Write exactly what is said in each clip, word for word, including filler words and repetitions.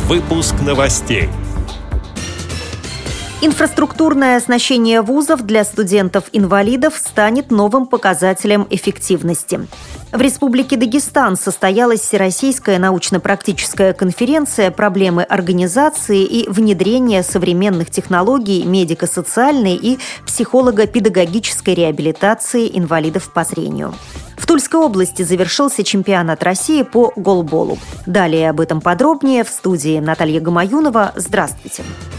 Выпуск новостей. Инфраструктурное оснащение вузов для студентов-инвалидов станет новым показателем эффективности. В Республике Дагестан состоялась Всероссийская научно-практическая конференция «Проблемы организации и внедрения современных технологий медико-социальной и психолого-педагогической реабилитации инвалидов по зрению». В Тульской области завершился чемпионат России по голболу. Далее об этом подробнее в студии Наталья Гамаюнова. Здравствуйте.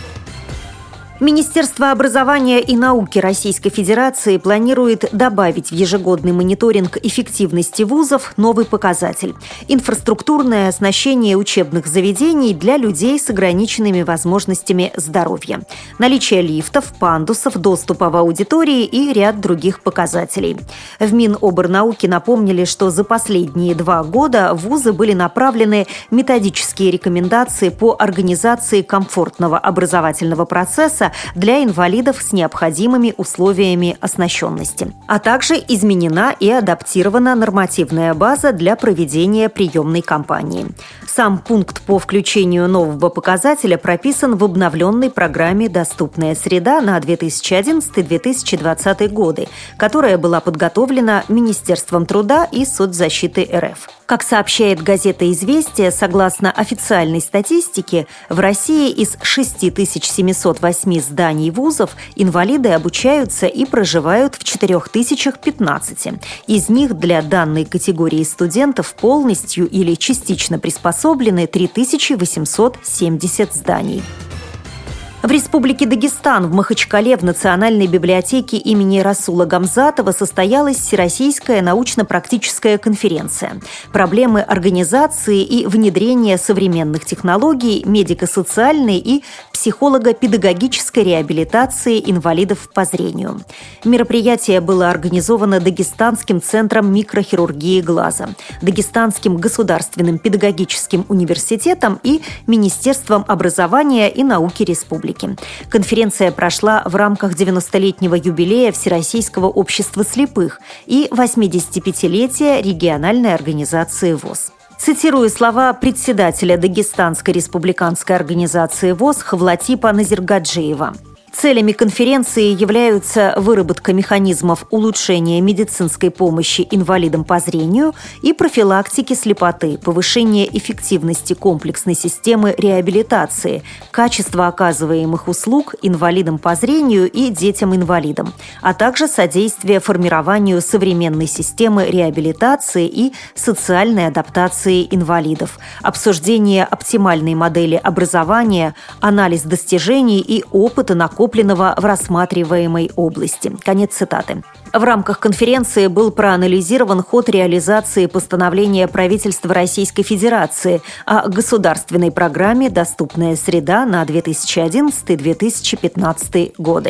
Министерство образования и науки Российской Федерации планирует добавить в ежегодный мониторинг эффективности вузов новый показатель – инфраструктурное оснащение учебных заведений для людей с ограниченными возможностями здоровья, наличие лифтов, пандусов, доступа в аудитории и ряд других показателей. В Миноборнауки напомнили, что за последние два года в вузы были направлены методические рекомендации по организации комфортного образовательного процесса для инвалидов с необходимыми условиями оснащенности. А также изменена и адаптирована нормативная база для проведения приемной кампании. Сам пункт по включению нового показателя прописан в обновленной программе «Доступная среда» на две тысячи одиннадцатый - две тысячи двадцатый годы, которая была подготовлена Министерством труда и соцзащиты эр эф. Как сообщает газета «Известия», согласно официальной статистике, в России из шесть тысяч семьсот восемь зданий вузов инвалиды обучаются и проживают в четыре тысячи пятнадцать. Из них для данной категории студентов полностью или частично приспособлены три тысячи восемьсот семьдесят зданий. В Республике Дагестан в Махачкале в Национальной библиотеке имени Расула Гамзатова состоялась Всероссийская научно-практическая конференция «Проблемы организации и внедрения современных технологий медико-социальной и психолого-педагогической реабилитации инвалидов по зрению». Мероприятие было организовано Дагестанским центром микрохирургии глаза, Дагестанским государственным педагогическим университетом и Министерством образования и науки республики. Конференция прошла в рамках девяностолетнего юбилея Всероссийского общества слепых и восьмидесятипятилетия региональной организации ВОС. Цитирую слова председателя Дагестанской республиканской организации ВОС Хавлатипа Назиргаджиева. Целями конференции являются выработка механизмов улучшения медицинской помощи инвалидам по зрению и профилактики слепоты, повышение эффективности комплексной системы реабилитации, качество оказываемых услуг инвалидам по зрению и детям-инвалидам, а также содействие формированию современной системы реабилитации и социальной адаптации инвалидов, обсуждение оптимальной модели образования, анализ достижений и опыта накопленного в рассматриваемой области. Конец цитаты. В рамках конференции был проанализирован ход реализации постановления правительства Российской Федерации о государственной программе «Доступная среда» на две тысячи одиннадцатый - две тысячи пятнадцатый годы.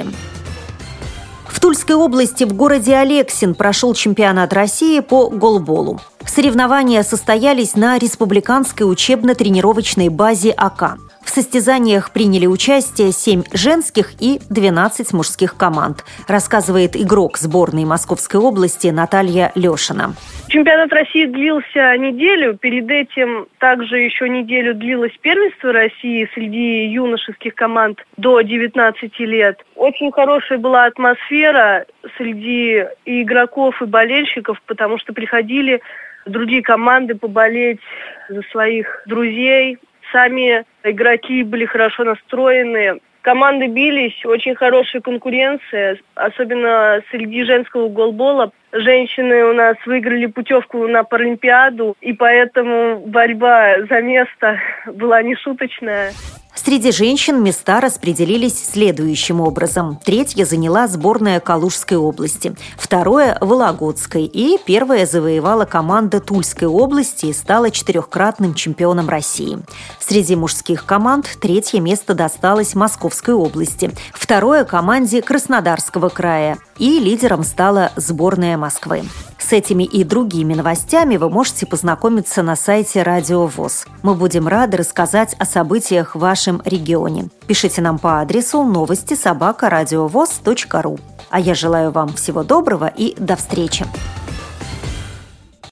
В Тульской области в городе Алексин прошел чемпионат России по голболу. Соревнования состоялись на республиканской учебно-тренировочной базе АК. В состязаниях приняли участие семь женских и двенадцать мужских команд, рассказывает игрок сборной Московской области Наталья Лешина. Чемпионат России длился неделю. Перед этим также еще неделю длилось первенство России среди юношеских команд до девятнадцати лет. Очень хорошая была атмосфера среди и игроков, и болельщиков, потому что приходили другие команды поболеть за своих друзей. Сами игроки были хорошо настроены. Команды бились, очень хорошая конкуренция, особенно среди женского голбола. Женщины у нас выиграли путевку на Паралимпиаду, и поэтому борьба за место была нешуточная. Среди женщин места распределились следующим образом. Третье заняла сборная Калужской области, второе – Вологодской, и первое завоевала команда Тульской области и стала четырехкратным чемпионом России. Среди мужских команд третье место досталось Московской области, второе – команде Краснодарского края, и лидером стала сборная Москвы. С этими и другими новостями вы можете познакомиться на сайте Радио ВОС. Мы будем рады рассказать о событиях в вашем регионе. Пишите нам по адресу новости собака радиовос точка ру. А я желаю вам всего доброго и до встречи!